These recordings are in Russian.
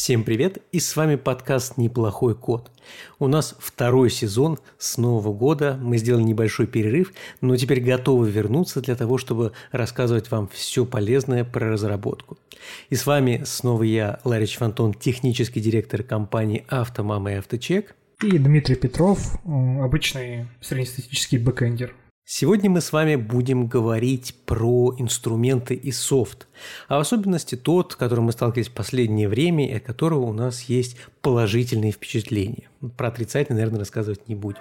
Всем привет, и с вами подкаст «Неплохой код». У нас второй сезон с Нового года, мы сделали небольшой перерыв, но теперь готовы вернуться для того, чтобы рассказывать вам все полезное про разработку. И с вами снова я, Ларич Фонтон, технический директор компании «Автомама» и «Авточек». И Дмитрий Петров, обычный среднестатистический бэкэндер. Сегодня мы с вами будем говорить про инструменты и софт, а в особенности тот, с которым мы сталкивались в последнее время, и от которого у нас есть положительные впечатления. Про отрицательные, наверное, рассказывать не будем.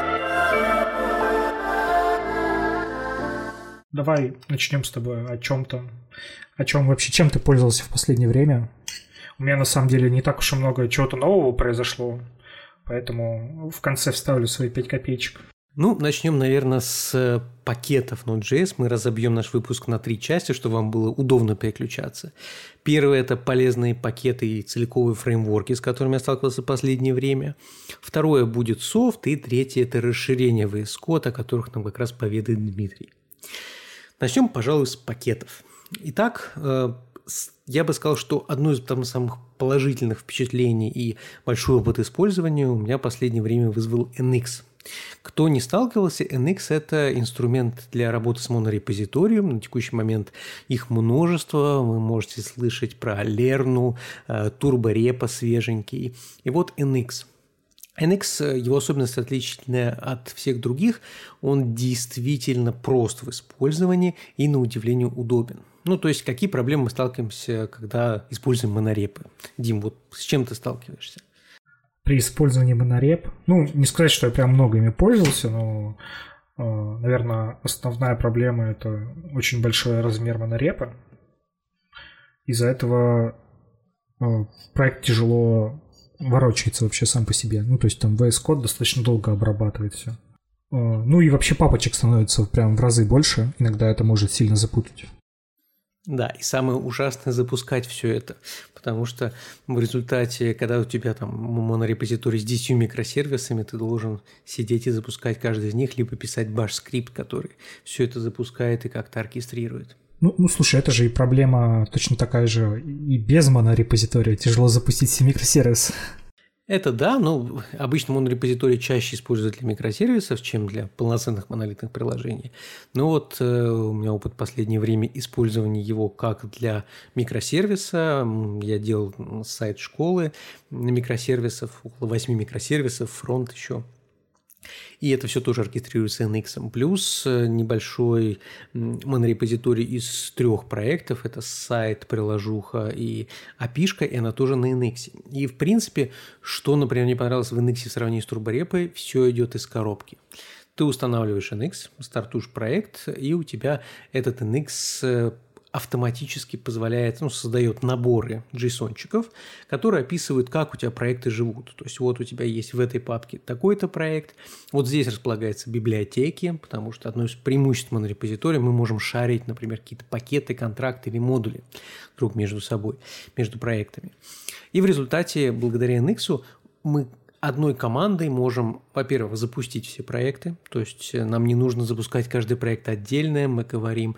Давай начнем с тобой о чем-то. Чем ты пользовался в последнее время? У меня на самом деле не так уж и много чего-то нового произошло, поэтому в конце вставлю свои 5 копеечек. Начнем, наверное, с пакетов Node.js. Мы разобьем наш выпуск на 3 части, чтобы вам было удобно переключаться. Первое – это полезные пакеты и целиковые фреймворки, с которыми я сталкивался в последнее время. Второе будет софт. И третье – это расширение VS Code, о которых нам как раз поведает Дмитрий. Начнем, пожалуй, с пакетов. Итак, я бы сказал, что одно из самых положительных впечатлений и большой опыт использования у меня в последнее время вызвал NX. Кто не сталкивался, NX – это инструмент для работы с монорепозиторием. На текущий момент их множество. Вы можете слышать про Lernu, турборепо свеженький. И вот NX. NX, его особенность отличная от всех других. Он действительно прост в использовании и, на удивление, удобен. То есть, какие проблемы мы сталкиваемся, когда используем монорепы? Дим, вот с чем ты сталкиваешься? При использовании монореп, не сказать, что я прям много ими пользовался, но, наверное, основная проблема – это очень большой размер монорепа. Из-за этого проект тяжело ворочается вообще сам по себе. То есть там VS Code достаточно долго обрабатывает все. И вообще папочек становится прям в разы больше. Иногда это может сильно запутать. Да, и самое ужасное – запускать все это, потому что в результате, когда у тебя там монорепозиторий с 10 микросервисами, ты должен сидеть и запускать каждый из них, либо писать баш-скрипт, который все это запускает и как-то оркестрирует. Слушай, это же и проблема точно такая же и без монорепозитория. Тяжело запустить все микросервисы. Это да, но обычно монорепозиторий чаще используют для микросервисов, чем для полноценных монолитных приложений. Но вот у меня опыт в последнее время использования его как для микросервиса. Я делал сайт школы на микросервисов, около 8 микросервисов, фронт еще. И это все тоже оркестрируется NX. Плюс небольшой монорепозиторий из 3 проектов. Это сайт, приложуха и API-шка, и она тоже на NX. И, в принципе, что, например, мне понравилось в NX в сравнении с турборепой, все идет из коробки. Ты устанавливаешь NX, стартуешь проект, и у тебя этот NX автоматически позволяет, создает наборы JSON-чиков, которые описывают, как у тебя проекты живут. То есть вот у тебя есть в этой папке такой-то проект, вот здесь располагаются библиотеки, потому что одно из преимуществ монорепозитория мы можем шарить, например, какие-то пакеты, контракты или модули друг между собой, между проектами. И в результате, благодаря NX, мы одной командой можем, во-первых, запустить все проекты, то есть нам не нужно запускать каждый проект отдельно, мы говорим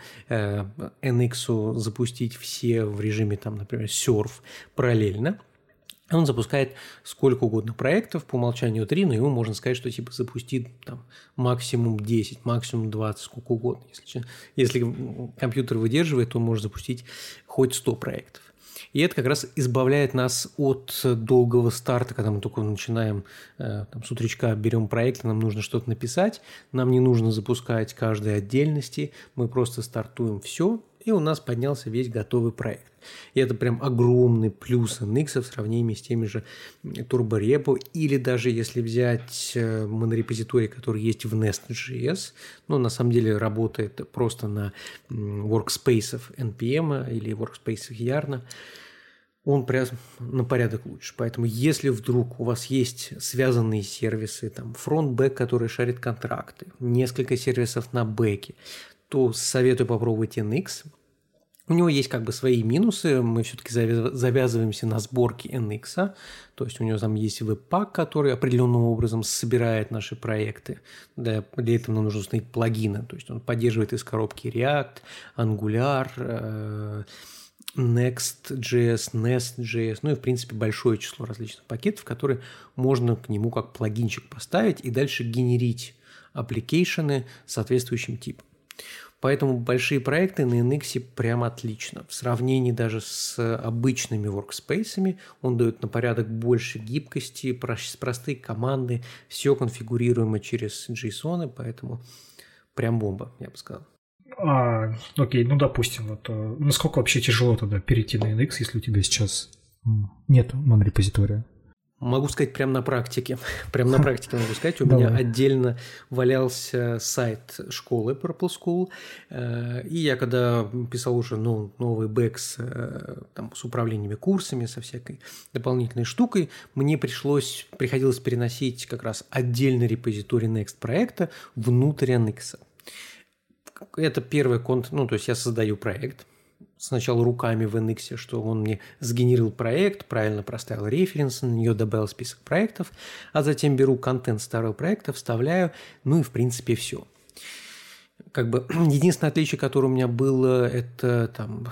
NX запустить все в режиме, например, serve параллельно. Он запускает сколько угодно проектов, по умолчанию 3, но ему можно сказать, что запустит максимум 10, максимум 20, сколько угодно. Если компьютер выдерживает, то он может запустить хоть 100 проектов. И это как раз избавляет нас от долгого старта, когда мы только начинаем с утречка берем проект, нам нужно что-то написать, нам не нужно запускать каждой отдельности, мы просто стартуем все, и у нас поднялся весь готовый проект. И это прям огромный плюс NX в сравнении с теми же турборепо, или даже если взять монорепозиторий, который есть в Nest.js, на самом деле работает просто на workspace NPM или workspace Yarn, он прям на порядок лучше. Поэтому если вдруг у вас есть связанные сервисы, фронт-бэк, который шарит контракты, несколько сервисов на бэке, то советую попробовать NX. У него есть свои минусы, мы все-таки завязываемся на сборке NX, то есть у него там есть веб-пак, который определенным образом собирает наши проекты. Для этого нам нужно установить плагины, то есть он поддерживает из коробки React, Angular, Next.js, Nest.js, ну и, в принципе, большое число различных пакетов, которые можно к нему как плагинчик поставить и дальше генерить аппликейшены с соответствующим типом. Поэтому большие проекты на NX прям отлично. В сравнении даже с обычными workspace'ами он дает на порядок больше гибкости, простые команды, все конфигурируемо через JSON, поэтому прям бомба, я бы сказал. Окей, ну допустим, вот насколько вообще тяжело тогда перейти на NX, если у тебя сейчас нет монорепозитория? Могу сказать прямо на практике. Прямо на практике могу сказать. У меня отдельно валялся сайт школы Purple School. И я когда писал уже новый бэк с управлениями курсами, со всякой дополнительной штукой, мне приходилось переносить как раз отдельный репозиторий Next проекта внутрь NX. Это первый то есть я создаю проект. Сначала руками в NX, что он мне сгенерил проект, правильно проставил референсы, на нее добавил список проектов, а затем беру контент старого проекта, вставляю, ну и в принципе все. Единственное отличие, которое у меня было, это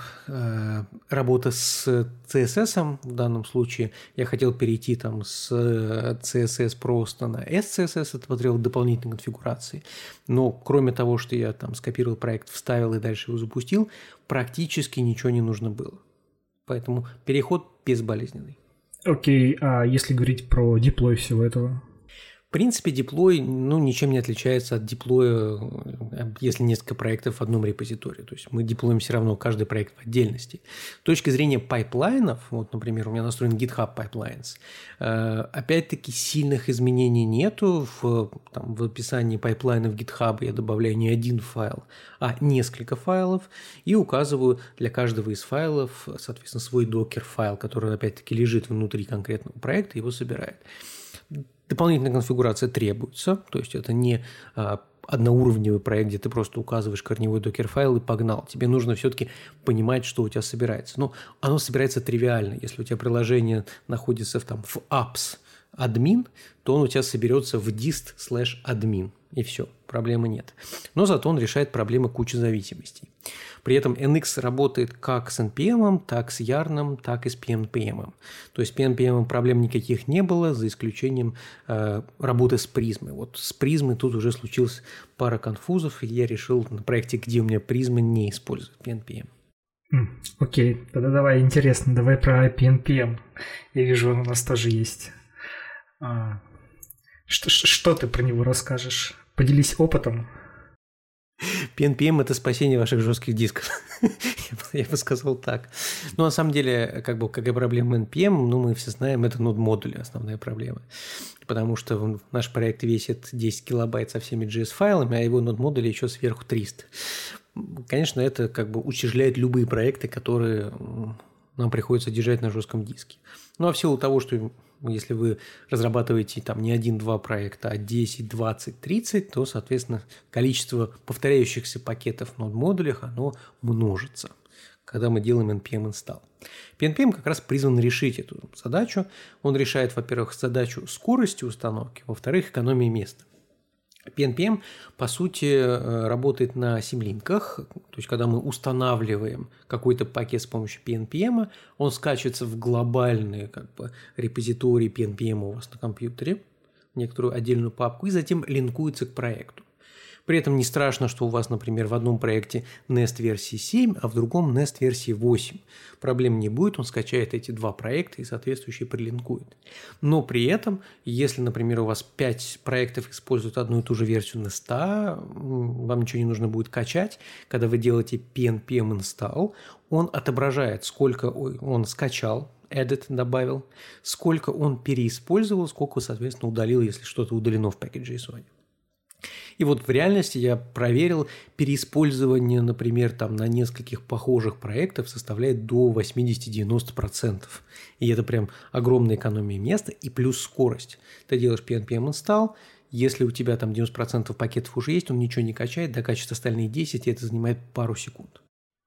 работа с CSS. В данном случае я хотел перейти с CSS просто на SCSS, это потребовало дополнительной конфигурации. Но кроме того, что я скопировал проект, вставил и дальше его запустил, практически ничего не нужно было. Поэтому переход безболезненный. Окей, а если говорить про деплой всего этого? В принципе, деплой ничем не отличается от деплоя, если несколько проектов в одном репозитории. То есть мы деплоим все равно каждый проект в отдельности. С точки зрения пайплайнов, вот, например, у меня настроен GitHub Pipelines, опять-таки сильных изменений нету. В описании пайплайнов GitHub я добавляю не один файл, а несколько файлов и указываю для каждого из файлов, соответственно, свой докер-файл, который опять-таки лежит внутри конкретного проекта и его собирает. Дополнительная конфигурация требуется, то есть это не одноуровневый проект, где ты просто указываешь корневой докер-файл и погнал. Тебе нужно все-таки понимать, что у тебя собирается. Но оно собирается тривиально. Если у тебя приложение находится в apps admin, то он у тебя соберется в dist/admin. И все, проблемы нет. Но зато он решает проблемы кучи зависимостей. При этом NX работает как с NPM, так с Yarn, так и с PNPM. То есть с PNPM проблем никаких не было, за исключением работы с призмой. Вот с призмой тут уже случилась пара конфузов, и я решил на проекте, где у меня призма, не использовать PNPM. Окей, тогда давай про PNPM. Я вижу, он у нас тоже есть. Что ты про него расскажешь? Поделись опытом. PNPM – это спасение ваших жестких дисков. Я бы сказал так. Но на самом деле, какая проблема NPM, мы все знаем, это нод-модули, основная проблема. Потому что наш проект весит 10 килобайт со всеми JS-файлами, а его нод-модули еще сверху 300. Конечно, это утяжеляет любые проекты, которые нам приходится держать на жестком диске. Ну, а в силу того, что если вы разрабатываете не 1-2 проекта, а 10, 20, 30, то, соответственно, количество повторяющихся пакетов в нод-модулях, оно множится, когда мы делаем npm install. PNPM как раз призван решить эту задачу. Он решает, во-первых, задачу скорости установки, во-вторых, экономии места. PNPM, по сути, работает на симлинках, то есть когда мы устанавливаем какой-то пакет с помощью PNPM, он скачивается в глобальный репозиторий PNPM у вас на компьютере, в некоторую отдельную папку, и затем линкуется к проекту. При этом не страшно, что у вас, например, в одном проекте Nest версии 7, а в другом Nest версии 8. Проблем не будет, он скачает эти два проекта и соответствующие прилинкует. Но при этом, если, например, у вас 5 проектов используют одну и ту же версию Nest, вам ничего не нужно будет качать. Когда вы делаете PNPM install, он отображает, сколько он скачал, edit добавил, сколько он переиспользовал, сколько, соответственно, удалил, если что-то удалено в package.json. И вот в реальности я проверил, переиспользование, например, на нескольких похожих проектах составляет до 80-90%. И это прям огромная экономия места и плюс скорость. Ты делаешь PNPM install, если у тебя 90% пакетов уже есть, он ничего не качает, докачивает остальные 10, и это занимает пару секунд.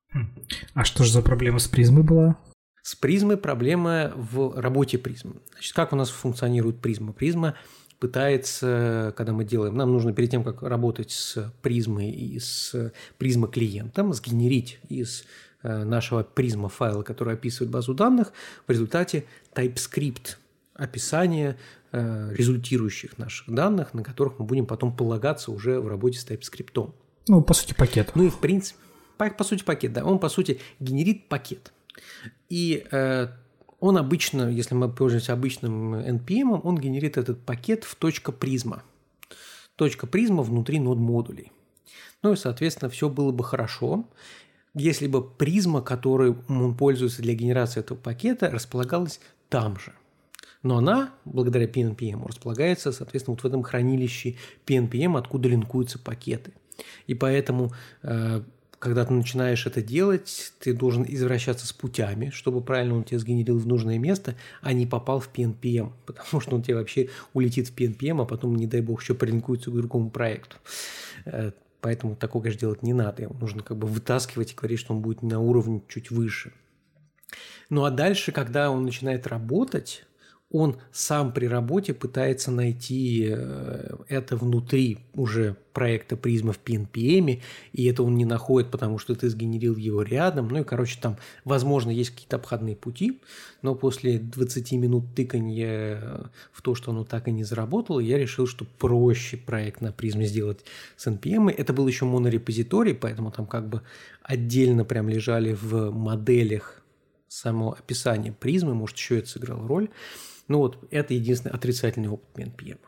А что же за проблема с призмой была? С призмой проблема в работе призмы. Значит, как у нас функционирует призма? Призма пытается, когда мы делаем, нам нужно перед тем, как работать с призмой и с призма-клиентом, сгенерить из нашего призма файла, который описывает базу данных, в результате TypeScript описание результирующих наших данных, на которых мы будем потом полагаться уже в работе с TypeScript. Ну, по сути, пакет. Ну и в принципе, по сути, пакет, да. Он, по сути, генерит пакет. И он обычно, если мы пользуемся обычным NPM, он генерит этот пакет в .prisma. .prisma внутри нод-модулей. Ну и, соответственно, все было бы хорошо, если бы призма, которой он пользуется для генерации этого пакета, располагалась там же. Но она, благодаря PNPM, располагается, соответственно, вот в этом хранилище PNPM, откуда линкуются пакеты. И поэтому, когда ты начинаешь это делать, ты должен извращаться с путями, чтобы правильно он тебя сгенерил в нужное место, а не попал в PNPM, потому что он тебе вообще улетит в PNPM, а потом, не дай бог, еще прилинкуется к другому проекту. Поэтому такого, конечно, делать не надо. Его нужно как бы вытаскивать и говорить, что он будет на уровне чуть выше. Ну а дальше, когда он начинает работать, он сам при работе пытается найти это внутри уже проекта призма в PNPM, и это он не находит, потому что ты сгенерил его рядом. Ну и, короче, там, возможно, есть какие-то обходные пути, но после 20 минут тыканья в то, что оно так и не заработало, я решил, что проще проект на призме сделать с NPM. Это был еще монорепозиторий, поэтому там как бы отдельно прям лежали в моделях само описание призмы, может, еще это сыграло роль. Ну вот, это единственный отрицательный опыт NPM.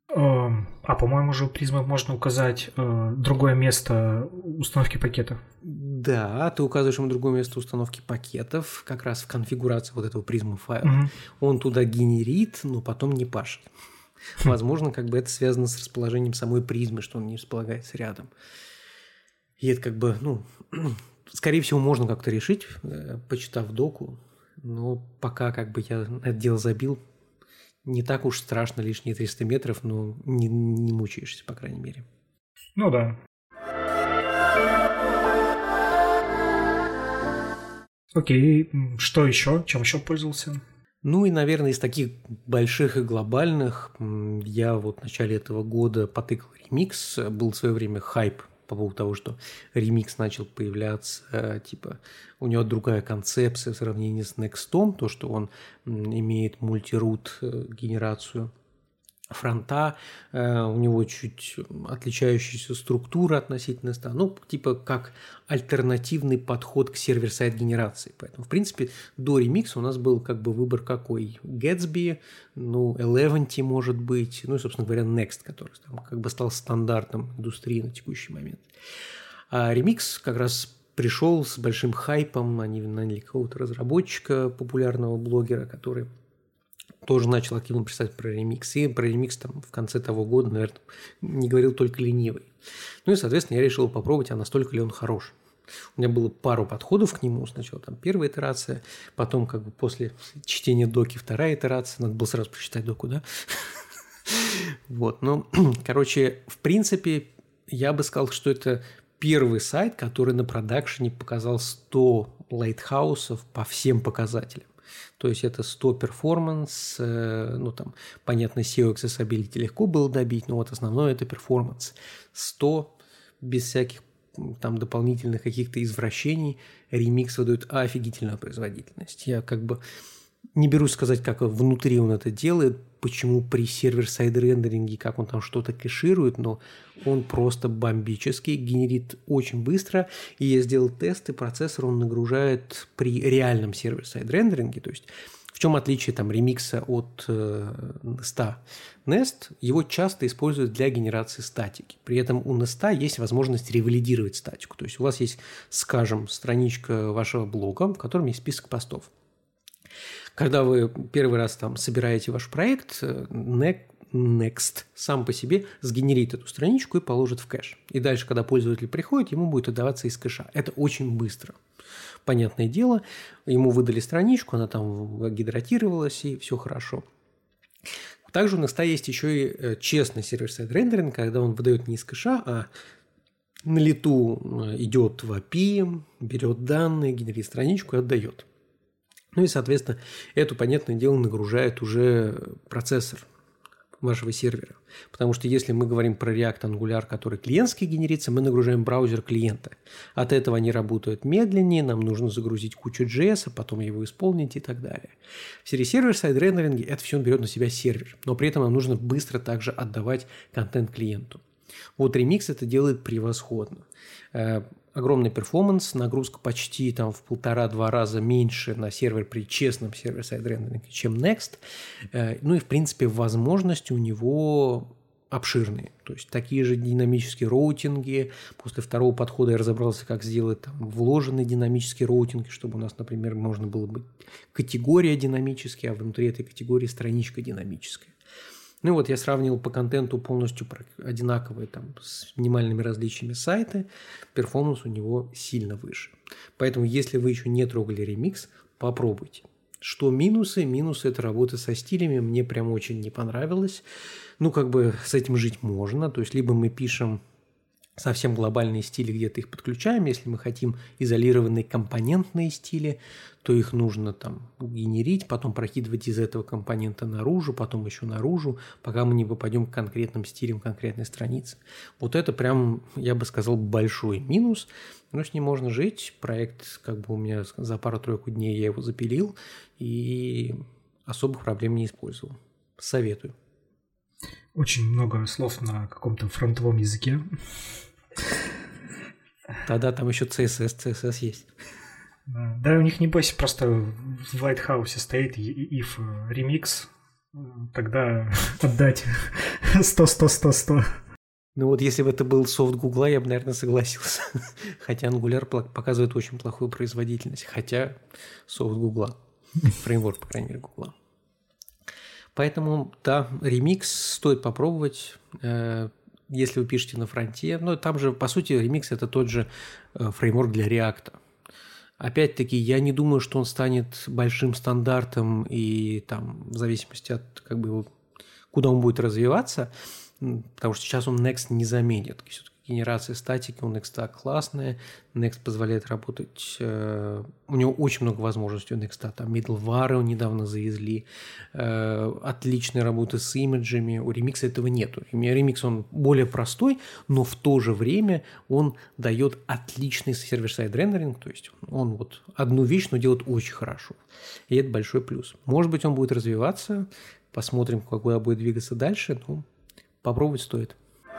А по-моему, же у призмы можно указать другое место установки пакетов. Да, ты указываешь ему другое место установки пакетов, как раз в конфигурации вот этого призма файла. Он туда генерит, но потом не пашет. Возможно, как бы это связано с расположением самой призмы, что он не располагается рядом. И это как бы, ну, скорее всего, можно как-то решить, почитав доку. Но пока как бы я это дело забил, не так уж страшно лишние 300 метров, но не мучаешься, по крайней мере. Ну да. Окей, что еще? Чем еще пользовался? Ну и, наверное, из таких больших и глобальных я вот в начале этого года потыкал Remix. Был в свое время хайп по поводу того, что Remix начал появляться, типа у него другая концепция в сравнении с Next, то, что он имеет мультирут генерацию фронта, у него чуть отличающаяся структура относительно Next, ну, типа как альтернативный подход к сервер-сайд генерации. Поэтому, в принципе, до Remix у нас был как бы выбор какой? Gatsby, ну, Eleventy, может быть, ну и, собственно говоря, Next, который там как бы стал стандартом индустрии на текущий момент. А Remix как раз пришел с большим хайпом, они наняли какого-то разработчика, популярного блогера, который тоже начал активно писать про Remix. И про Remix там в конце того года, наверное, не говорил только ленивый. Ну и, соответственно, я решил попробовать, а настолько ли он хорош. У меня было пару подходов к нему. Сначала там первая итерация, потом как бы после чтения доки вторая итерация. Надо было сразу прочитать доку, да? Вот, ну, короче, в принципе, я бы сказал, что это первый сайт, который на продакшене показал 100 лайтхаусов по всем показателям. То есть это 100 перформанс, ну там, понятно, SEO accessibility легко было добить, но вот основное это перформанс. 100 без всяких там дополнительных каких-то извращений, Remix выдает офигительную производительность. Я как бы не берусь сказать, как внутри он это делает, почему при сервер-сайд рендеринге, как он там что-то кэширует, но он просто бомбический, генерит очень быстро. И я сделал тест, и процессор он нагружает при реальном сервер-сайд рендеринге. То есть в чем отличие там Remix от Nest? Nest его часто используют для генерации статики. При этом у Nest есть возможность ревалидировать статику. То есть у вас есть, скажем, страничка вашего блога, в котором есть список постов. Когда вы первый раз там собираете ваш проект, Next сам по себе сгенерит эту страничку и положит в кэш. И дальше, когда пользователь приходит, ему будет отдаваться из кэша. Это очень быстро. Понятное дело, ему выдали страничку, она там гидратировалась, и все хорошо. Также у Next есть еще и честный сервер-сайд рендеринг, когда он выдает не из кэша, а на лету идет в API, берет данные, генерит страничку и отдает. Ну и, соответственно, эту, понятное дело, нагружает уже процессор. вашего сервера. Потому что если мы говорим про React Angular, который клиентский генерится, мы нагружаем браузер клиента. От этого они работают медленнее, нам нужно загрузить кучу JS, а потом его исполнить и так далее. В серии сервер-сайд рендеринге это все берет на себя сервер, но при этом нам нужно быстро также отдавать контент клиенту. Вот Remix это делает превосходно. Огромный перформанс, нагрузка почти там в 1,5-2 раза меньше на сервер при честном сервер-сайд рендеринге, чем Next. Ну и, в принципе, возможности у него обширные. То есть такие же динамические роутинги. После второго подхода я разобрался, как сделать там вложенный динамический роутинг, чтобы у нас, например, можно было быть категория динамическая, а внутри этой категории страничка динамическая. Ну и вот я сравнил по контенту полностью одинаковые там, с минимальными различиями сайты, перформанс у него сильно выше. Поэтому если вы еще не трогали Remix, попробуйте. Что минусы? Минусы – это работа со стилями, мне прям очень не понравилось. Ну, как бы с этим жить можно, то есть либо мы пишем совсем глобальные стили, где-то их подключаем. Если мы хотим изолированные компонентные стили, то их нужно там генерить, потом прокидывать из этого компонента наружу, потом еще наружу, пока мы не попадем к конкретным стилям конкретной страницы. Вот это прям, я бы сказал, большой минус, но с ним можно жить. Проект как бы у меня за пару-тройку дней я его запилил и особых проблем не использовал. Советую. Очень много слов на каком-то фронтовом языке. Тогда там еще CSS есть. Да, у них, небось, просто в Lighthouse стоит if remix, тогда отдать 100. Ну вот если бы это был софт Гугла, я бы, наверное, согласился. Хотя Angular показывает очень плохую производительность. Хотя софт Гугла. Фреймворк, по крайней мере, Гугла. Поэтому, да, Remix стоит попробовать, если вы пишете на фронте. Но там же, по сути, Remix – это тот же фреймворк для React. Опять-таки, я не думаю, что он станет большим стандартом и там, в зависимости от как бы, куда он будет развиваться, потому что сейчас он Next не заменит. Все-таки генерация статики у Next классная. Next позволяет работать... у него очень много возможностей у Next. Там middleware недавно завезли. Отличная работа с имиджами. У Remix этого нету. Remix он более простой, но в то же время он дает отличный сервер-сайд рендеринг. То есть он вот одну вещь, но делает очень хорошо. И это большой плюс. Может быть, он будет развиваться. Посмотрим, куда будет двигаться дальше. Ну, попробовать стоит.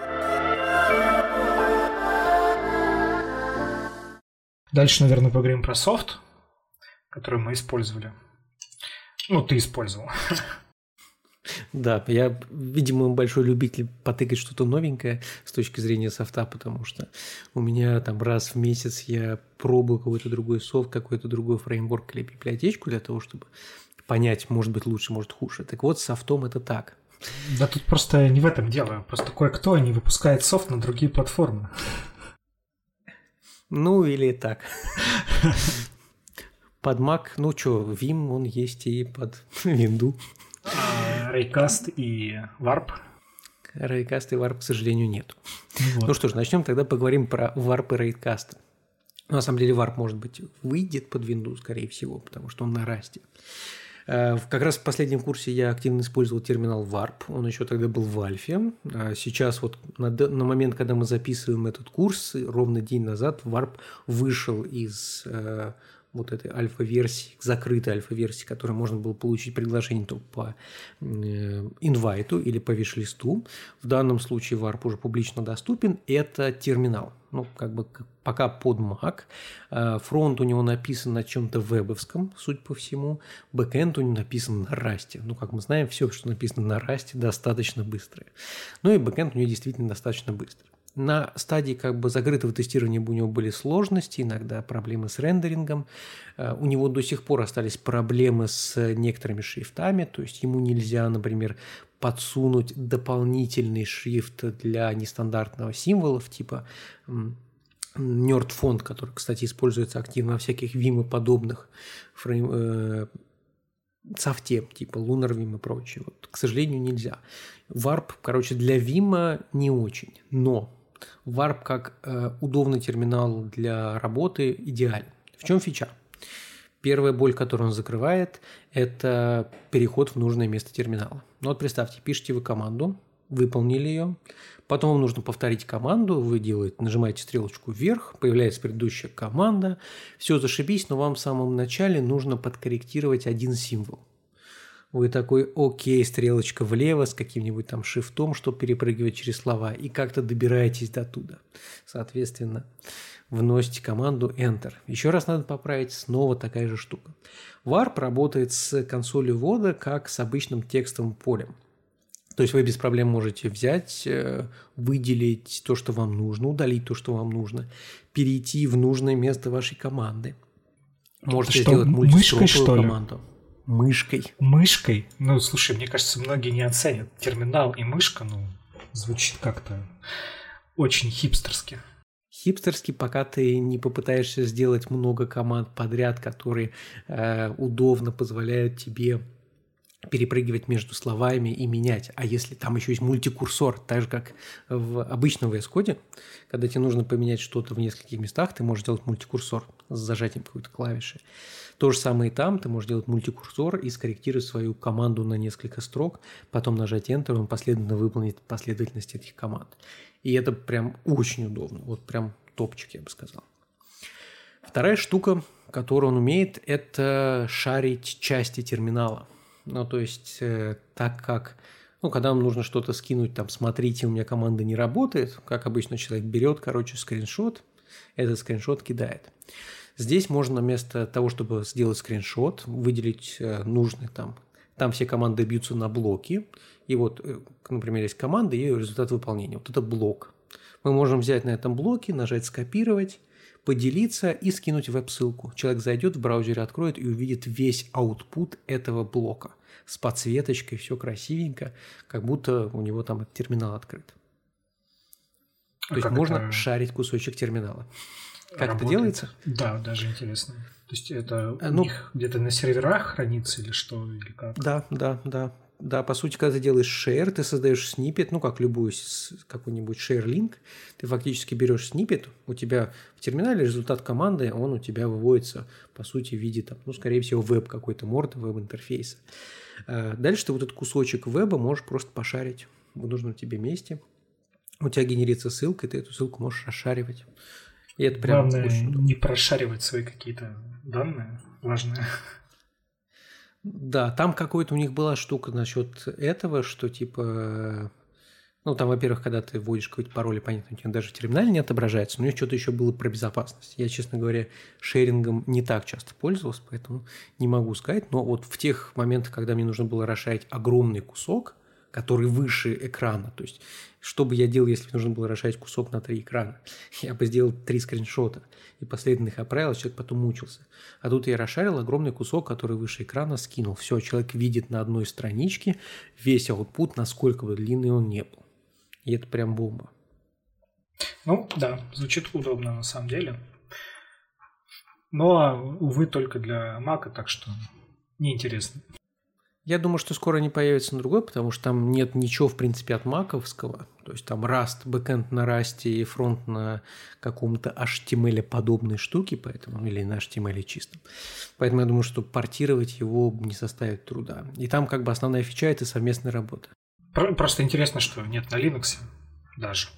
Дальше, наверное, поговорим про софт, который мы использовали. Ну, ты использовал. Да, я, видимо, большой любитель потыкать что-то новенькое с точки зрения софта, потому что у меня там раз в месяц я пробую какой-то другой софт, какой-то другой фреймворк или библиотечку для того, чтобы понять, может быть лучше, может хуже. Так вот, с софтом это так. Да тут просто не в этом дело. Просто кое-кто не выпускает софт на другие платформы. Ну, или так. Под Mac, ну что, Vim, он есть и под Windows. Raycast и Warp? Raycast и Warp, к сожалению, нет. Вот. Ну что ж, начнем тогда поговорим про Warp и Raycast. На самом деле Warp, может быть, выйдет под Windows, скорее всего, потому что он на Rust. Как раз в последнем курсе я активно использовал терминал Warp. Он еще тогда был в альфе. Сейчас вот на момент, когда мы записываем этот курс, ровно день назад Warp вышел из вот этой альфа-версии, закрытой альфа-версии, которой можно было получить приглашение только по инвайту или по виш-листу. В данном случае Warp уже публично доступен. Это терминал. Ну, как бы пока под Mac. Фронт у него написан на чем-то вебовском, судя по всему. Бэкэнд у него написан на Rust. Ну, как мы знаем, все, что написано на Rust, достаточно быстрое. Ну и бэкэнд у него действительно достаточно быстрый. На стадии как бы закрытого тестирования у него были сложности, иногда проблемы с рендерингом. У него до сих пор остались проблемы с некоторыми шрифтами, то есть ему нельзя, например, подсунуть дополнительный шрифт для нестандартного символов, типа Nerd фонд, который, кстати, используется активно во всяких Vim и подобных софте, типа Lunar Vim и прочее. Вот, к сожалению, нельзя. Warp, короче, для Vim не очень, но Warp как удобный терминал для работы идеален. В чем фича? Первая боль, которую он закрывает, это переход в нужное место терминала. Ну вот представьте, пишете вы команду, выполнили ее, потом вам нужно повторить команду, вы нажимаете стрелочку вверх, появляется предыдущая команда, все зашибись, но вам в самом начале нужно подкорректировать один символ. Вы такой, окей, стрелочка влево с каким-нибудь там шифтом, чтобы перепрыгивать через слова, и как-то добираетесь до туда. Соответственно, вносите команду Enter. Еще раз надо поправить, снова такая же штука. Warp работает с консолью ввода как с обычным текстовым полем. То есть вы без проблем можете взять, выделить то, что вам нужно, удалить то, что вам нужно, перейти в нужное место вашей команды. Можете сделать мультистроковую команду. Мышкой? Ну, слушай, мне кажется, многие не оценят. Терминал и мышка, звучит как-то очень хипстерски. Хипстерски, пока ты не попытаешься сделать много команд подряд, которые удобно позволяют тебе перепрыгивать между словами и менять. А если там еще есть мультикурсор, так же, как в обычном VS Code, когда тебе нужно поменять что-то в нескольких местах, ты можешь делать мультикурсор с зажатием какой-то клавиши. То же самое и там, ты можешь делать мультикурсор и скорректировать свою команду на несколько строк, потом нажать Enter, он последовательно выполнит последовательность этих команд. И это прям очень удобно, вот прям топчик, я бы сказал. Вторая штука, которую он умеет, это шарить части терминала. Ну, то есть, так как, когда вам нужно что-то скинуть, там, смотрите, у меня команда не работает, как обычно человек берет, скриншот, этот скриншот кидает. Здесь можно вместо того, чтобы сделать скриншот, выделить нужный там все команды бьются на блоки, и вот, например, есть команда и результат выполнения. Вот это блок. Мы можем взять на этом блоке, нажать «Скопировать», поделиться и скинуть веб-ссылку. Человек зайдет в браузере, откроет и увидит весь аутпут этого блока с подсветочкой, все красивенько, как будто у него там терминал открыт. То есть можно шарить кусочек терминала. Как это делается? Да, даже интересно. То есть это у них где-то на серверах хранится или что, или как? Да, по сути, когда ты делаешь share, ты создаешь сниппет, как любую какой-нибудь share-link, ты фактически берешь сниппет, у тебя в терминале результат команды, он у тебя выводится, по сути, в виде, скорее всего, веб какой-то морды, веб-интерфейса. Дальше ты вот этот кусочек веба можешь просто пошарить в нужном тебе месте. У тебя генерится ссылка, и ты эту ссылку можешь расшаривать. И это прям главное, очень удобно. Не прошаривать свои какие-то данные важные. Да, там какой-то у них была штука насчет этого, что типа... там, во-первых, когда ты вводишь какой-то пароль, понятно, у тебя даже в терминале не отображается, но у них что-то еще было про безопасность. Я, честно говоря, шерингом не так часто пользовался, поэтому не могу сказать. Но вот в тех моментах, когда мне нужно было расшарить огромный кусок, который выше экрана, то есть что бы я делал, если нужно было расшарить кусок на 3 экрана? Я бы сделал 3 скриншота и последовательно их отправил, человек потом мучился. А тут я расшарил огромный кусок, который выше экрана, скинул. Все, человек видит на одной страничке весь аутпут, насколько бы длинный он не был. И это прям бомба. Да, звучит удобно на самом деле. Но, увы, только для Mac, так что неинтересно. Я думаю, что скоро они появятся на другой, потому что там нет ничего, в принципе, от маковского. То есть там Rust, бэкэнд на Rust и фронт на каком-то HTML-подобной штуке, поэтому, или на HTML чистом. Поэтому я думаю, что портировать его не составит труда. И там как бы основная фича – это совместная работа. Просто интересно, что нет на Linux даже.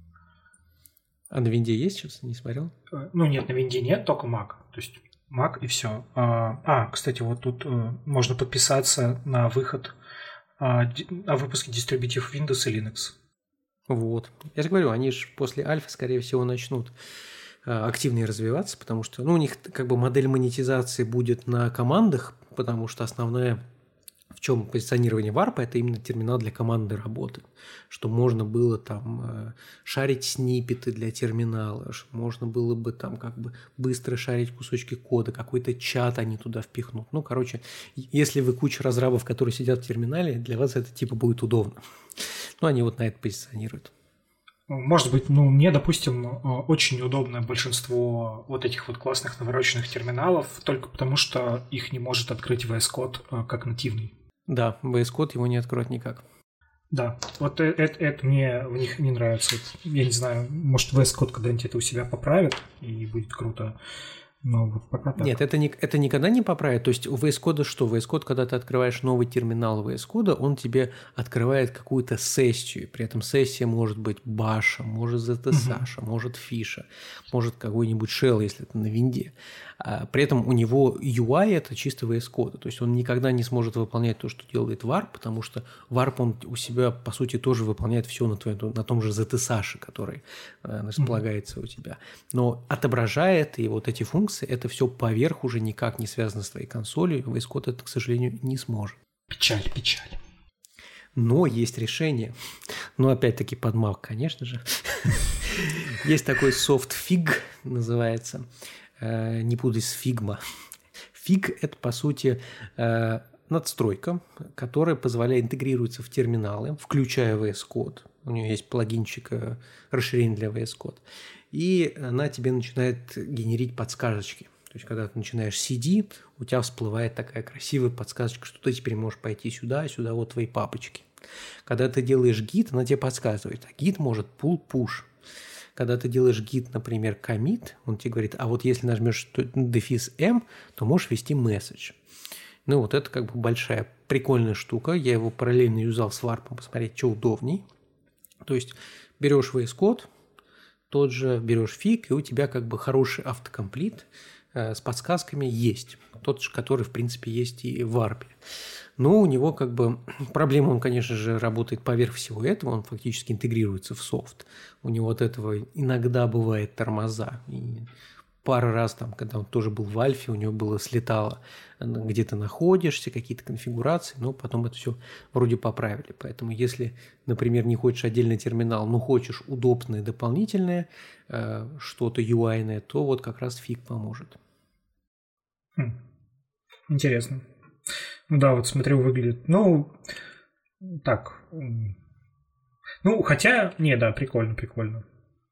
А на Винде есть сейчас? Не смотрел? Нет, на Винде нет, только Mac. То есть Mac и все. Кстати, вот тут можно подписаться на выход о выпуске дистрибутив Windows и Linux. Вот. Я же говорю, они же после альфа, скорее всего, начнут активнее развиваться, потому что у них как бы модель монетизации будет на командах, потому что основная, в чем позиционирование Warp, это именно терминал для командной работы, что можно было там шарить сниппеты для терминала, можно было бы там как бы быстро шарить кусочки кода, какой-то чат они туда впихнут. Если вы куча разрабов, которые сидят в терминале, для вас это типа будет удобно. Они вот на это позиционируют. Может быть, мне, допустим, очень неудобно большинство вот этих вот классных навороченных терминалов, только потому что их не может открыть VS Code как нативный. Да, VS Code его не откроет никак. Да, вот это мне в них не нравится. Я не знаю, может VS Code когда-нибудь это у себя поправит и будет круто. Но вот пока так. Нет, это никогда не поправит. То есть у VS Code что? VS Code, когда ты открываешь новый терминал VS Code, он тебе открывает какую-то сессию. При этом сессия может быть баша, может ZSH, может фиша, может какой-нибудь shell, если это на винде. При этом у него UI – это чисто VS Code. То есть он никогда не сможет выполнять то, что делает Warp, потому что Warp, он у себя, по сути, тоже выполняет все на том же ZSH, который располагается у тебя. Но отображает и вот эти функции, это все поверх уже никак не связано с твоей консолью. VS Code это, к сожалению, не сможет. Печаль. Но есть решение. Ну, опять-таки, под Mac, конечно же. Есть такой софт Fig, называется. Не путай с Figma. Fig – это, по сути, надстройка, которая позволяет интегрироваться в терминалы, включая VS Code. У нее есть плагинчик, расширение для VS Code. И она тебе начинает генерить подсказочки. То есть, когда ты начинаешь CD, у тебя всплывает такая красивая подсказочка, что ты теперь можешь пойти сюда, сюда, вот твои папочки. Когда ты делаешь git, она тебе подсказывает. А git может pull-push. Когда ты делаешь git, например, commit, он тебе говорит, а вот если нажмешь дефис M, то можешь ввести message. Ну, вот это как бы большая, прикольная штука. Я его параллельно юзал с Warp, посмотреть, что удобней. То есть, берешь VS Code, тот же берешь Fig, и у тебя как бы хороший автокомплит с подсказками есть. Тот же, который, в принципе, есть и в Warp. Но у него как бы проблема, он, конечно же, работает поверх всего этого, он фактически интегрируется в софт. У него от этого иногда бывает тормоза. И пару раз, там, когда он тоже был в альфе, у него было слетало, где ты находишься, какие-то конфигурации, но потом это все вроде поправили. Поэтому если, например, не хочешь отдельный терминал, но хочешь удобное дополнительное, что-то UI-ное, то вот как раз Fig поможет. Интересно. Ну да, вот смотрю, выглядит. Ну, так. Ну, хотя, не, да, прикольно.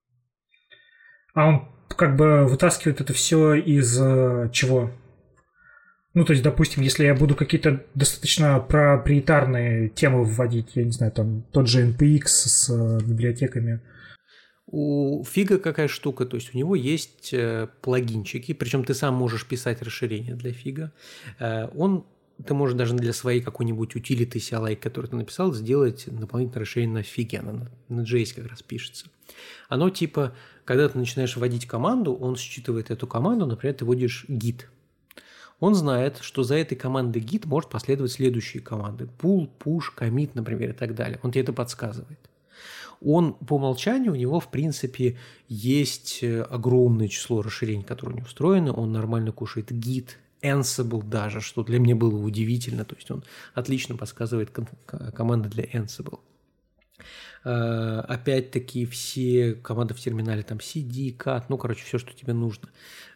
А он как бы вытаскивает это все из чего? Ну, то есть, допустим, если я буду какие-то достаточно проприетарные темы вводить, я не знаю, там тот же NPX с библиотеками. У Фига какая штука, то есть у него есть плагинчики, причем ты сам можешь писать расширение для Фига. Ты можешь даже для своей какой-нибудь утилиты CLI, которую ты написал, сделать дополнительное расширение на Фиге, она на JS как раз пишется. Оно типа, когда ты начинаешь вводить команду, он считывает эту команду, например, ты вводишь git. Он знает, что за этой командой git может последовать следующие команды. Pull, push, commit, например, и так далее. Он тебе это подсказывает. Он по умолчанию, у него, в принципе, есть огромное число расширений, которые у него встроены. Он нормально кушает git, Ansible даже, что для меня было удивительно. То есть он отлично подсказывает команды для Ansible. Опять-таки все команды в терминале, там CD, cat, ну, короче, все, что тебе нужно.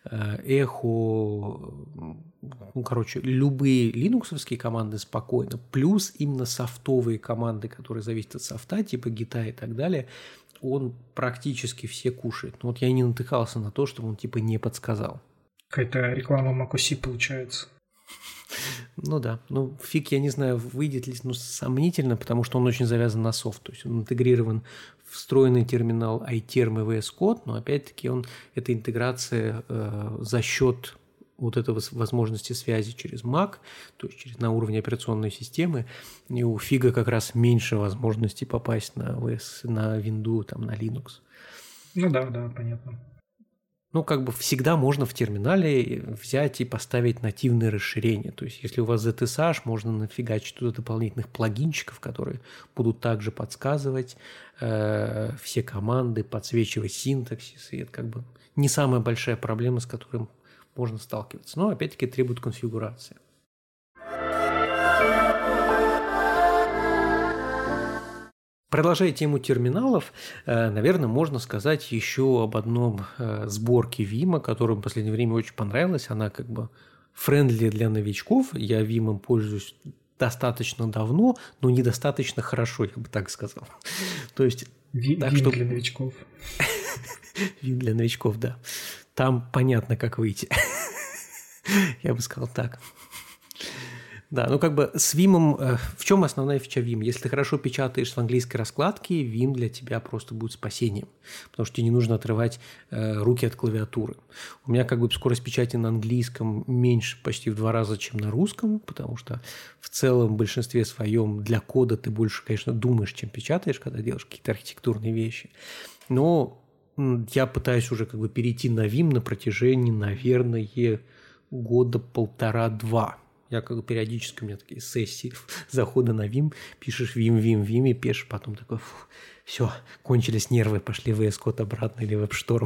Echo, ну, короче, любые линуксовские команды спокойно, плюс именно софтовые команды, которые зависят от софта, типа гита и так далее, он практически все кушает. Но вот я не натыкался на то, что он типа не подсказал. Какая-то реклама MacOS получается. Ну да, ну Фиг, я не знаю, выйдет ли, ну сомнительно, потому что он очень завязан на софт, то есть он интегрирован в встроенный терминал iTerm и VS Code, но опять-таки это интеграция за счет вот этой возможности связи через Mac, то есть на уровне операционной системы, и у Фига как раз меньше возможностей попасть на Windows, там, на Linux. Ну да, понятно. Ну, как бы всегда можно в терминале взять и поставить нативные расширения. То есть, если у вас ZSH, можно нафигачить туда дополнительных плагинчиков, которые будут также подсказывать все команды, подсвечивать синтаксис. И это как бы не самая большая проблема, с которой можно сталкиваться. Но, опять-таки, требует конфигурации. Продолжая тему терминалов, наверное, можно сказать еще об одном сборке Vim, которая в последнее время очень понравилась. Она как бы френдли для новичков. Я Vim пользуюсь достаточно давно, но недостаточно хорошо, я бы так сказал. То есть, Vim для новичков. Vim для новичков, да. Там понятно, как выйти. Я бы сказал так. Да, ну как бы с Vim, в чем основная фича Vim? Если ты хорошо печатаешь с английской раскладки, Vim для тебя просто будет спасением, потому что тебе не нужно отрывать руки от клавиатуры. У меня как бы скорость печати на английском меньше почти в 2 раза, чем на русском, потому что в целом в большинстве своем для кода ты больше, конечно, думаешь, чем печатаешь, когда делаешь какие-то архитектурные вещи. Но я пытаюсь уже как бы перейти на Vim на протяжении, наверное, года 1,5-2. Я как бы периодически, у меня такие сессии захода на Vim, пишешь Vim, и пишешь, потом такой, все, кончились нервы, пошли в VS Code обратно или WebStorm.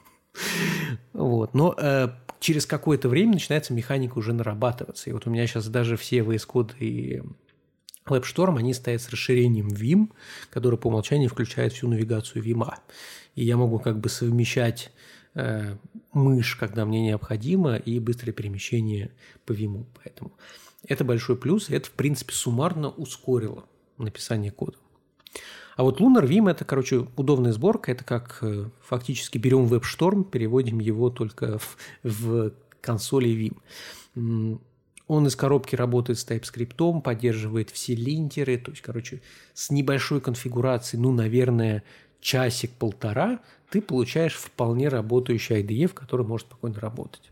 Вот. Но через какое-то время начинается механика уже нарабатываться. И вот у меня сейчас даже все VS Code и WebStorm, они стоят с расширением Vim, который по умолчанию включает всю навигацию Vim. И я могу как бы совмещать мышь, когда мне необходимо, и быстрое перемещение по Vim. Поэтому это большой плюс, и это, в принципе, суммарно ускорило написание кода. А вот Lunar Vim – это, короче, удобная сборка. Это как фактически берем WebStorm, переводим его только в консоли Vim. Он из коробки работает с TypeScript, поддерживает все линтеры. То есть, короче, с небольшой конфигурацией, наверное, часик-полтора, ты получаешь вполне работающий IDE, в котором может спокойно работать.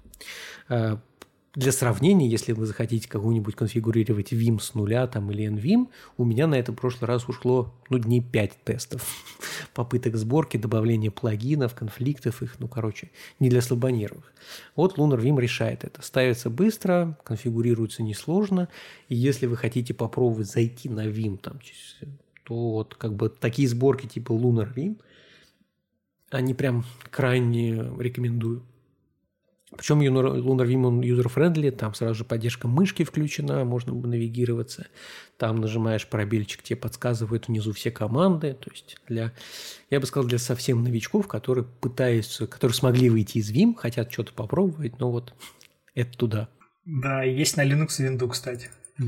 Для сравнения, если вы захотите какую-нибудь конфигурировать Vim с нуля там, или NVim, у меня на это в прошлый раз ушло дней 5 тестов, попыток сборки, добавления плагинов, конфликтов их, не для слабонервных. Вот Lunar Vim решает это. Ставится быстро, конфигурируется несложно, и если вы хотите попробовать зайти на Vim, то вот как бы такие сборки типа Lunar Vim, они прям крайне рекомендую. Причем Lunar Vim, он user-friendly, там сразу же поддержка мышки включена, можно навигироваться. Там нажимаешь пробельчик, тебе подсказывают внизу все команды. То есть я бы сказал, для совсем новичков, которые смогли выйти из Vim, хотят что-то попробовать, но вот это туда. Да, есть на Linux и Windows, кстати.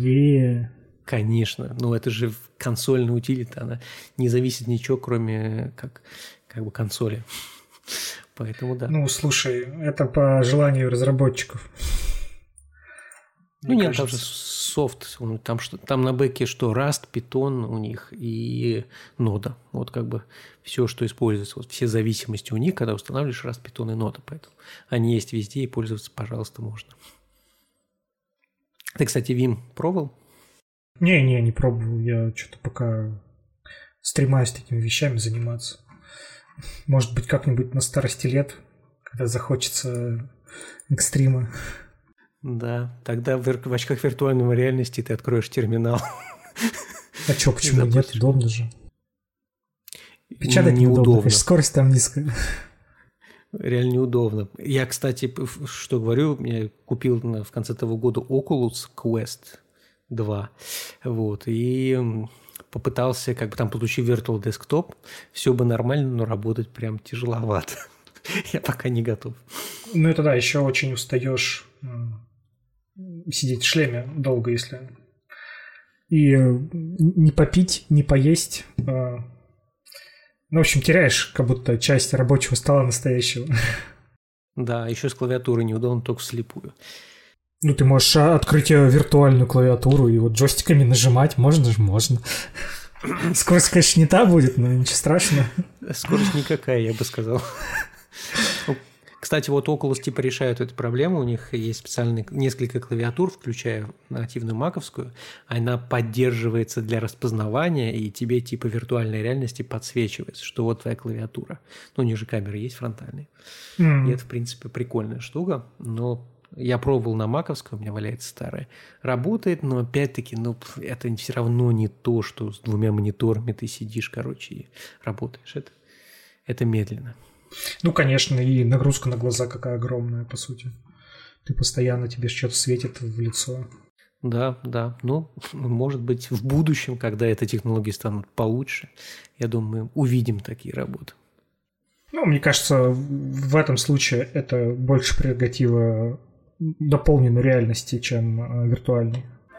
Конечно, это же консольная утилита, она не зависит ничего, кроме как бы консоли. Поэтому да. Слушай, это по желанию разработчиков. Нет, там же софт, там на бэке что, Rust, Python у них и нода. Вот как бы все, что используется, вот все зависимости у них, когда устанавливаешь Rust, Python и нода, поэтому они есть везде и пользоваться, пожалуйста, можно. Ты, кстати, Vim пробовал? Не пробовал. Я что-то пока стремаюсь такими вещами заниматься. Может быть, как-нибудь на старости лет, когда захочется экстрима. Да, тогда в очках виртуальной реальности ты откроешь терминал. А что, почему нет? Удобно же. Печатать неудобно, скорость там низкая. Реально неудобно. Я, кстати, что говорю, я купил в конце того года Oculus Quest 2. Вот, и попытался, там получив Virtual Desktop, все бы нормально, но работать прям тяжеловато. Я пока не готов. Это да, еще очень устаешь сидеть в шлеме долго, если... И не попить, не поесть. В общем, теряешь как будто часть рабочего стола настоящего. Да, еще с клавиатурой неудобно, только вслепую. Ты можешь открыть виртуальную клавиатуру и вот джойстиками нажимать. Можно же, можно. Скорость, конечно, не та будет, но ничего страшного. Скорость никакая, я бы сказал. Кстати, вот Oculus типа решают эту проблему. У них есть специальные несколько клавиатур, включая нативную маковскую. Она поддерживается для распознавания, и тебе типа виртуальной реальности подсвечивается, что вот твоя клавиатура. У них же камеры есть фронтальные. И это, в принципе, прикольная штука. Но я пробовал на маковской, у меня валяется старая. Работает, но опять-таки, это все равно не то, что с 2 мониторами ты сидишь, и работаешь. Это медленно. Конечно, и нагрузка на глаза какая огромная, по сути. Ты постоянно, тебе что-то светит в лицо. Да. Может быть, в будущем, когда эти технологии станут получше, я думаю, мы увидим такие работы. Мне кажется, в этом случае это больше прерогатива дополненной реальности, чем виртуальной.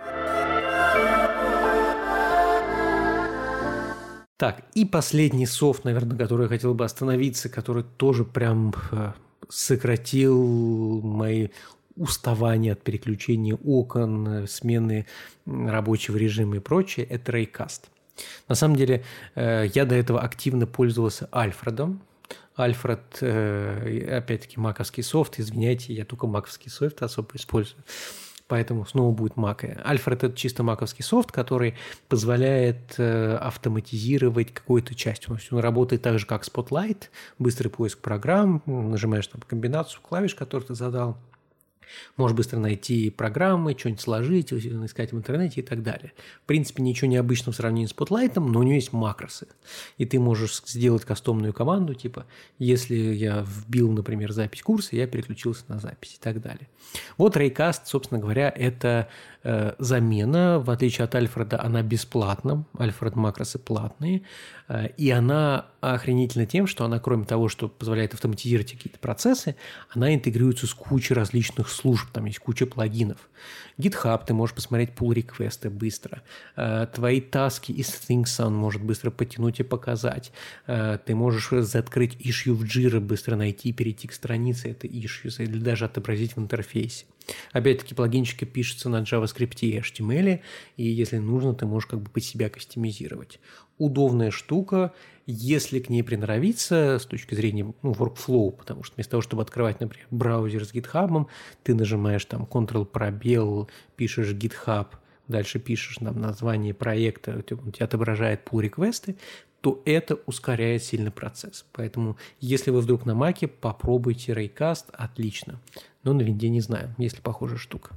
Так, и последний софт, наверное, на который я хотел бы остановиться, который тоже прям сократил мои уставания от переключения окон, смены рабочего режима и прочее, это Raycast. На самом деле, я до этого активно пользовался Альфредом. Альфред, опять-таки, маковский софт. Извиняйте, я только маковский софт особо использую. Поэтому снова будет Mac. Альфред – это чисто маковский софт, который позволяет автоматизировать какую-то часть. Он работает так же, как Spotlight, быстрый поиск программ, нажимаешь там комбинацию клавиш, которую ты задал. Можешь быстро найти программы, что-нибудь сложить, искать в интернете и так далее. В принципе, ничего необычного в сравнении с Spotlight, но у него есть макросы. И ты можешь сделать кастомную команду, типа, если я вбил, например, запись курса, я переключился на запись и так далее. Вот Raycast, собственно говоря, это замена. В отличие от Альфреда, она бесплатна. Альфред макросы платные. И она охренительна тем, что она, кроме того, что позволяет автоматизировать какие-то процессы, она интегрируется с кучей различных служб. Там есть куча плагинов. GitHub, ты можешь посмотреть pull-реквесты быстро. Твои таски из Things он может быстро подтянуть и показать. Ты можешь открыть issue в Jira, быстро найти, перейти к странице этой issues или даже отобразить в интерфейсе. Опять-таки, плагинчики пишутся на JavaScript и HTML, и если нужно, ты можешь как бы под себя кастомизировать. Удобная штука, если к ней приноровиться с точки зрения workflow, потому что вместо того, чтобы открывать, например, браузер с GitHub, ты нажимаешь там Ctrl-пробел, пишешь GitHub, дальше пишешь там название проекта, он тебе отображает pull-реквесты, то это ускоряет сильно процесс. Поэтому, если вы вдруг на Маке, попробуйте Raycast, отлично. Но на винде не знаю, есть ли похожая штука.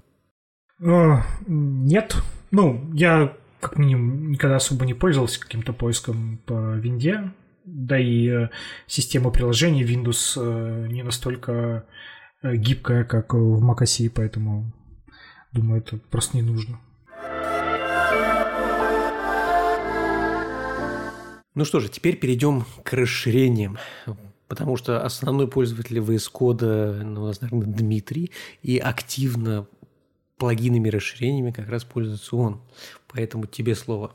Нет. Я как минимум никогда особо не пользовался каким-то поиском по винде. Да и система приложений Windows не настолько гибкая, как в macOS, поэтому, думаю, это просто не нужно. Ну что же, теперь перейдем к расширениям, потому что основной пользователь VS Code, у нас, наверное, Дмитрий, и активно плагинами и расширениями как раз пользуется он. Поэтому тебе слово.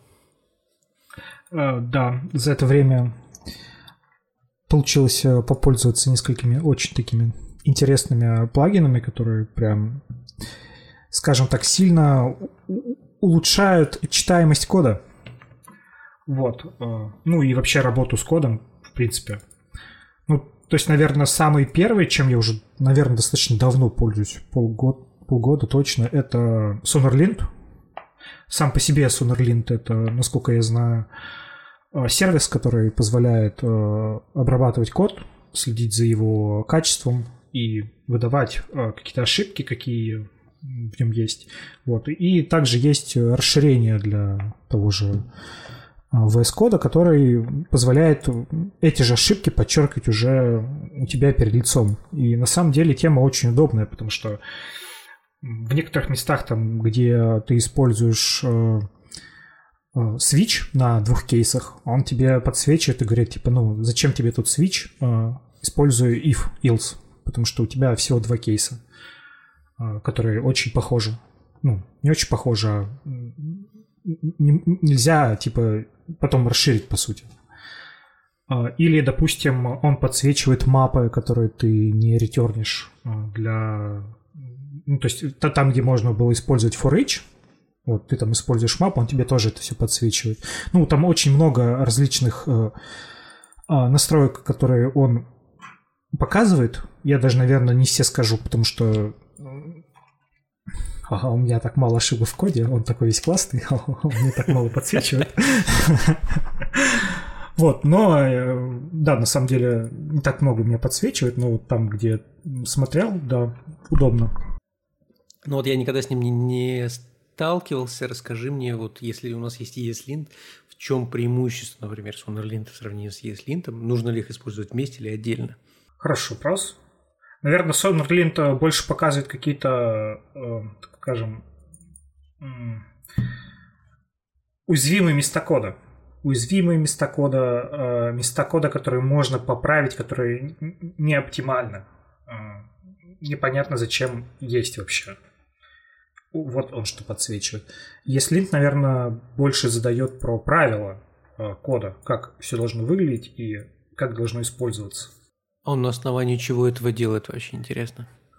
Да, за это время получилось попользоваться несколькими очень такими интересными плагинами, которые прям, скажем так, сильно улучшают читаемость кода. Вот. И вообще работу с кодом, в принципе. То есть, наверное, самый первый, чем я уже, наверное, достаточно давно пользуюсь, полгода точно, это SonarLint. Сам по себе SonarLint — это, насколько я знаю, сервис, который позволяет обрабатывать код, следить за его качеством и выдавать какие-то ошибки, какие в нем есть. Вот. И также есть расширение для того же VS Code, который позволяет эти же ошибки подчеркивать уже у тебя перед лицом. И на самом деле тема очень удобная, потому что в некоторых местах, там, где ты используешь switch на двух кейсах, он тебе подсвечивает и говорит, типа, зачем тебе тут switch, используй if, else, потому что у тебя всего два кейса, которые очень похожи. Не очень похожи, а нельзя, типа, потом расширить, по сути. Или, допустим, он подсвечивает мапы, которые ты не ретернишь для... то есть там, где можно было использовать for each, вот ты там используешь мапу, он тебе тоже это все подсвечивает. Там очень много различных настроек, которые он показывает. Я даже, наверное, не все скажу, потому что у меня так мало ошибок в коде, он такой весь классный, а он мне так мало подсвечивает. Вот, но, да, на самом деле не так много у меня подсвечивает, но вот там, где смотрел, да, удобно. Я никогда с ним не сталкивался. Расскажи мне, вот если у нас есть ESLint, в чем преимущество, например, SonarLint в сравнении с ESLint? Нужно ли их использовать вместе или отдельно? Хороший вопрос. Наверное, SonarLint больше показывает какие-то, скажем, уязвимые места кода. Уязвимые места кода, которые можно поправить, которые не оптимальны. Непонятно, зачем есть вообще. Вот он что подсвечивает. ESLint, наверное, больше задает про правила кода, как все должно выглядеть и как должно использоваться. Он на основании чего этого делает, вообще интересно?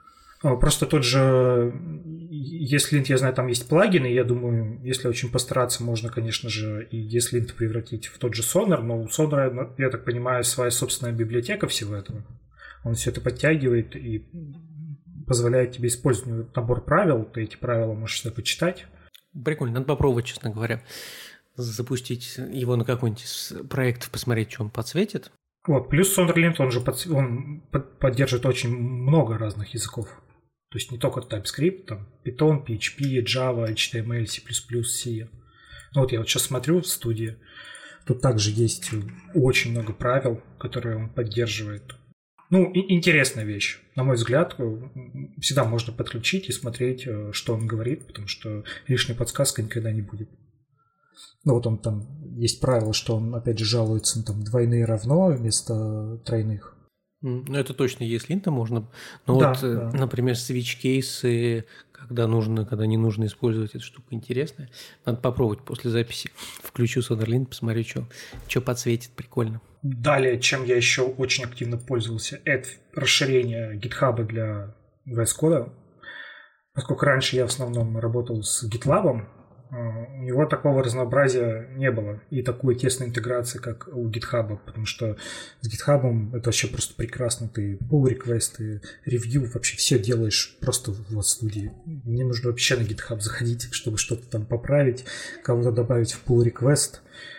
Просто тот же ESLint, я знаю, там есть плагины, я думаю, если очень постараться, можно, конечно же, и ESLint превратить в тот же Sonar, но у Sonar, я так понимаю, своя собственная библиотека всего этого. Он все это подтягивает и позволяет тебе использовать набор правил, ты эти правила можешь себе почитать. Прикольно, надо попробовать, честно говоря, запустить его на какой-нибудь из проектов, посмотреть, что он подсветит. Вот, плюс SonarLint, он поддерживает очень много разных языков. То есть не только TypeScript, там Python, PHP, Java, HTML, C++, C. Ну вот я вот сейчас смотрю в студии, тут также есть очень много правил, которые он поддерживает. Ну, интересная вещь. На мой взгляд, всегда можно подключить и смотреть, что он говорит, потому что лишней подсказкой никогда не будет. Ну, вот он там, есть правило, что он, опять же, жалуется на там двойные равно вместо тройных. Ну, это точно ESLint можно. Но да, вот, да. Например, свитч-кейсы, когда нужно, когда не нужно использовать эту штуку, интересная. Надо попробовать после записи. Включу SonarLint, посмотрю, что подсветит. Прикольно. Далее, чем я еще очень активно пользовался, это расширение GitHub для VS Code. Поскольку раньше я в основном работал с GitLab, у него такого разнообразия не было и такой тесной интеграции, как у GitHub, потому что с GitHub это вообще просто прекрасно. Ты pull реквесты, ревью, вообще все делаешь просто в студии. Не нужно вообще на GitHub заходить, чтобы что-то там поправить, кого-то добавить в pull request.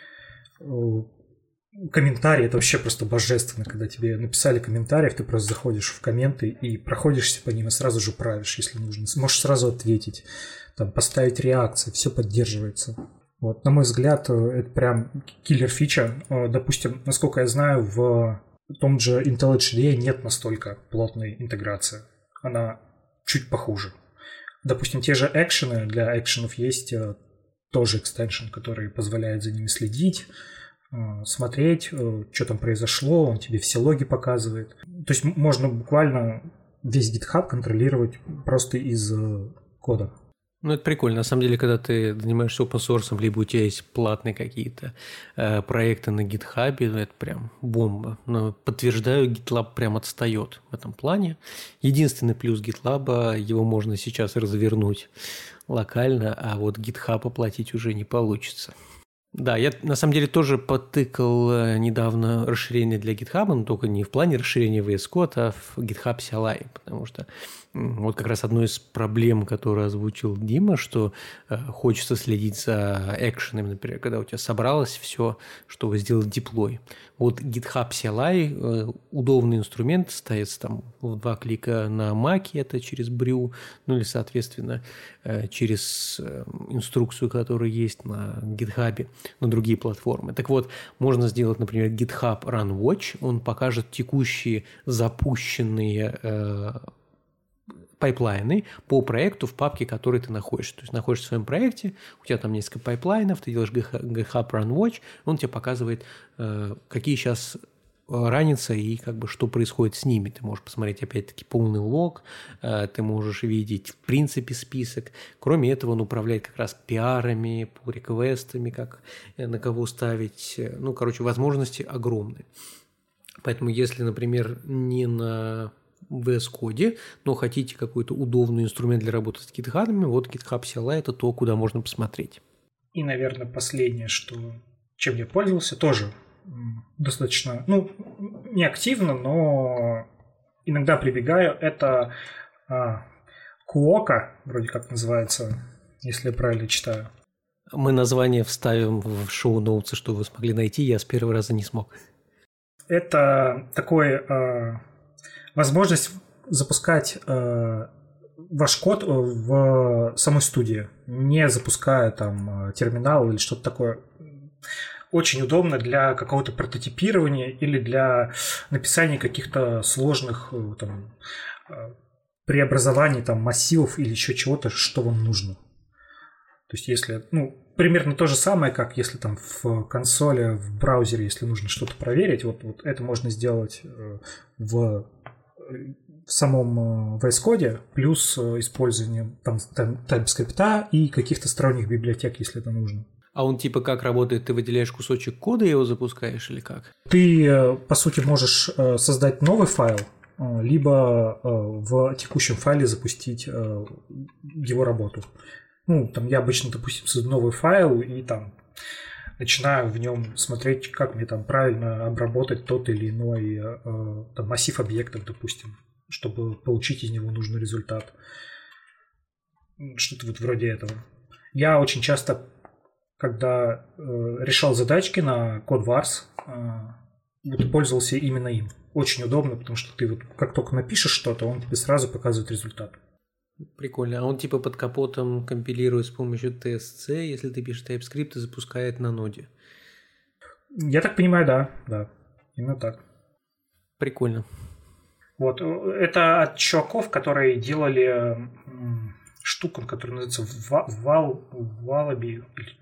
Комментарии — это вообще просто божественно, когда тебе написали комментариев, ты просто заходишь в комменты и проходишься по ним и сразу же правишь, если нужно. Можешь сразу ответить, там, поставить реакции, все поддерживается. Вот, на мой взгляд, это прям киллер фича. Допустим, насколько я знаю, в том же IntelliJ нет настолько плотной интеграции. Она чуть похуже. Допустим, те же экшены, для экшенов есть тоже экстеншн, который позволяет за ними следить, смотреть, что там произошло, он тебе все логи показывает. То есть можно буквально весь GitHub контролировать просто из кода. Ну, это прикольно. На самом деле, когда ты занимаешься open source, либо у тебя есть платные какие-то проекты на GitHub, это прям бомба. Но подтверждаю, GitLab прям отстает в этом плане. Единственный плюс GitLab, его можно сейчас развернуть локально, а вот GitHub оплатить уже не получится. Да, я на самом деле тоже подтыкал недавно расширение для GitHub, но только не в плане расширения VS Code, а в GitHub CLI, потому что вот как раз одной из проблем, которую озвучил Дима, что хочется следить за экшенами, например, когда у тебя собралось все, чтобы сделать деплой. Вот GitHub CLI удобный инструмент, ставится там в 2 клика на Mac, это через Brew, ну или, соответственно, через инструкцию, которая есть на GitHub, на другие платформы. Так вот, можно сделать, например, GitHub Run Watch, он покажет текущие запущенные пайплайны по проекту в папке, который ты находишься. То есть находишься в своем проекте, у тебя там несколько пайплайнов, ты делаешь GitHub Run Watch, он тебе показывает, какие сейчас ранятся и как бы что происходит с ними. Ты можешь посмотреть опять-таки полный лог, ты можешь видеть в принципе список. Кроме этого, он управляет как раз пиарами, pull-реквестами, как на кого ставить. Ну, короче, возможности огромны. Поэтому если, например, не на VS Code, но хотите какой-то удобный инструмент для работы с GitHub, вот GitHub CLI – это то, куда можно посмотреть. И, наверное, последнее, чем я пользовался, тоже достаточно, не активно, но иногда прибегаю, это Quokka, вроде как называется, если я правильно читаю. Мы название вставим в шоу-ноутсы, чтобы вы смогли найти, я с первого раза не смог. Это такой возможность запускать ваш код в самой студии, не запуская там терминал или что-то такое. Очень удобно для какого-то прототипирования или для написания каких-то сложных там, преобразований там, массивов или еще чего-то, что вам нужно. То есть если, примерно то же самое, как если там в консоли, в браузере, если нужно что-то проверить, вот это можно сделать в самом VS Code, плюс использованием там TypeScript и каких-то сторонних библиотек, если это нужно. А он типа как работает? Ты выделяешь кусочек кода и его запускаешь или как? Ты, по сути, можешь создать новый файл либо в текущем файле запустить его работу. Ну, там я обычно, допустим, создаю новый файл и там начинаю в нем смотреть, как мне там правильно обработать тот или иной там, массив объектов, допустим, чтобы получить из него нужный результат. Что-то вот вроде этого. Я очень часто, когда решал задачки на CodeVars, пользовался именно им. Очень удобно, потому что ты вот как только напишешь что-то, он тебе сразу показывает результат. Прикольно. А он типа под капотом компилирует с помощью TSC, если ты пишешь TypeScript, и запускает на ноде. Я так понимаю, да. Именно так. Прикольно. Вот. Это от чуваков, которые делали штуку, которая называется Wallaby,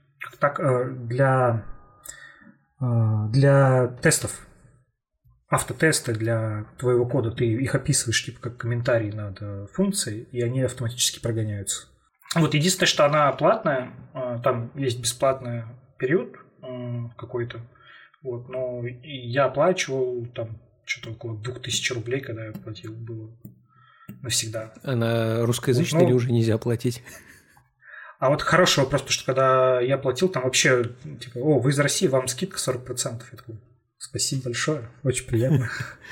для тестов. Автотесты для твоего кода, ты их описываешь типа как комментарий над функцией, и они автоматически прогоняются. Вот единственное, что она платная, там есть бесплатный период какой-то, вот, но я оплачивал там что-то около 2000 рублей, когда я платил, было навсегда. А на русскоязычной вот, или уже нельзя платить? А вот хороший вопрос, потому что когда я платил, там вообще типа, вы из России, вам скидка 40%. Я такой, спасибо большое, очень приятно.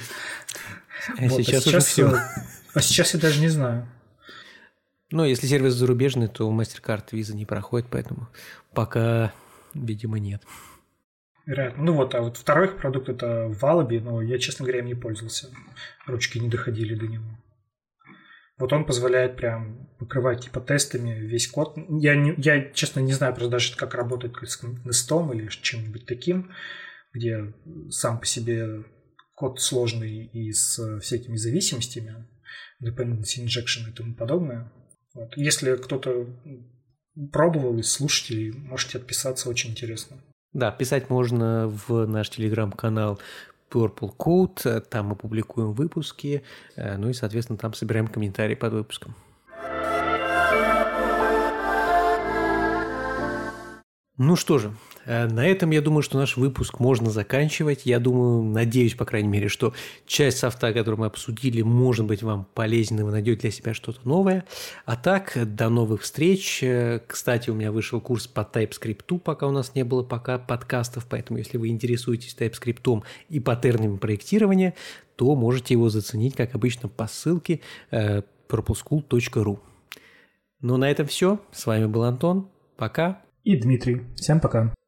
А сейчас я даже не знаю. Ну, если сервис зарубежный, то MasterCard, Visa не проходит, поэтому пока, видимо, нет. Вероятно. Ну вот, а вот второй продукт – это Wallaby, но я, честно говоря, им не пользовался. Ручки не доходили до него. Вот он позволяет прям покрывать типа тестами весь код. Я честно, не знаю просто даже, как работает с Nest или чем-нибудь таким, где сам по себе код сложный и с всякими зависимостями, dependency injection и тому подобное. Вот. Если кто-то пробовал из слушателей, можете отписаться, очень интересно. Да, писать можно в наш телеграм-канал Purple Code, там мы публикуем выпуски, ну и, соответственно, там собираем комментарии под выпуском. Ну что же, на этом я думаю, что наш выпуск можно заканчивать. Я думаю, надеюсь, по крайней мере, что часть софта, которую мы обсудили, может быть вам полезна, и вы найдете для себя что-то новое. А так, до новых встреч. Кстати, у меня вышел курс по TypeScript, пока у нас не было пока подкастов, поэтому если вы интересуетесь TypeScript и паттернами проектирования, то можете его заценить, как обычно, по ссылке purpleschool.ru. Ну, на этом все. С вами был Антон. Пока. И Дмитрий. Всем пока.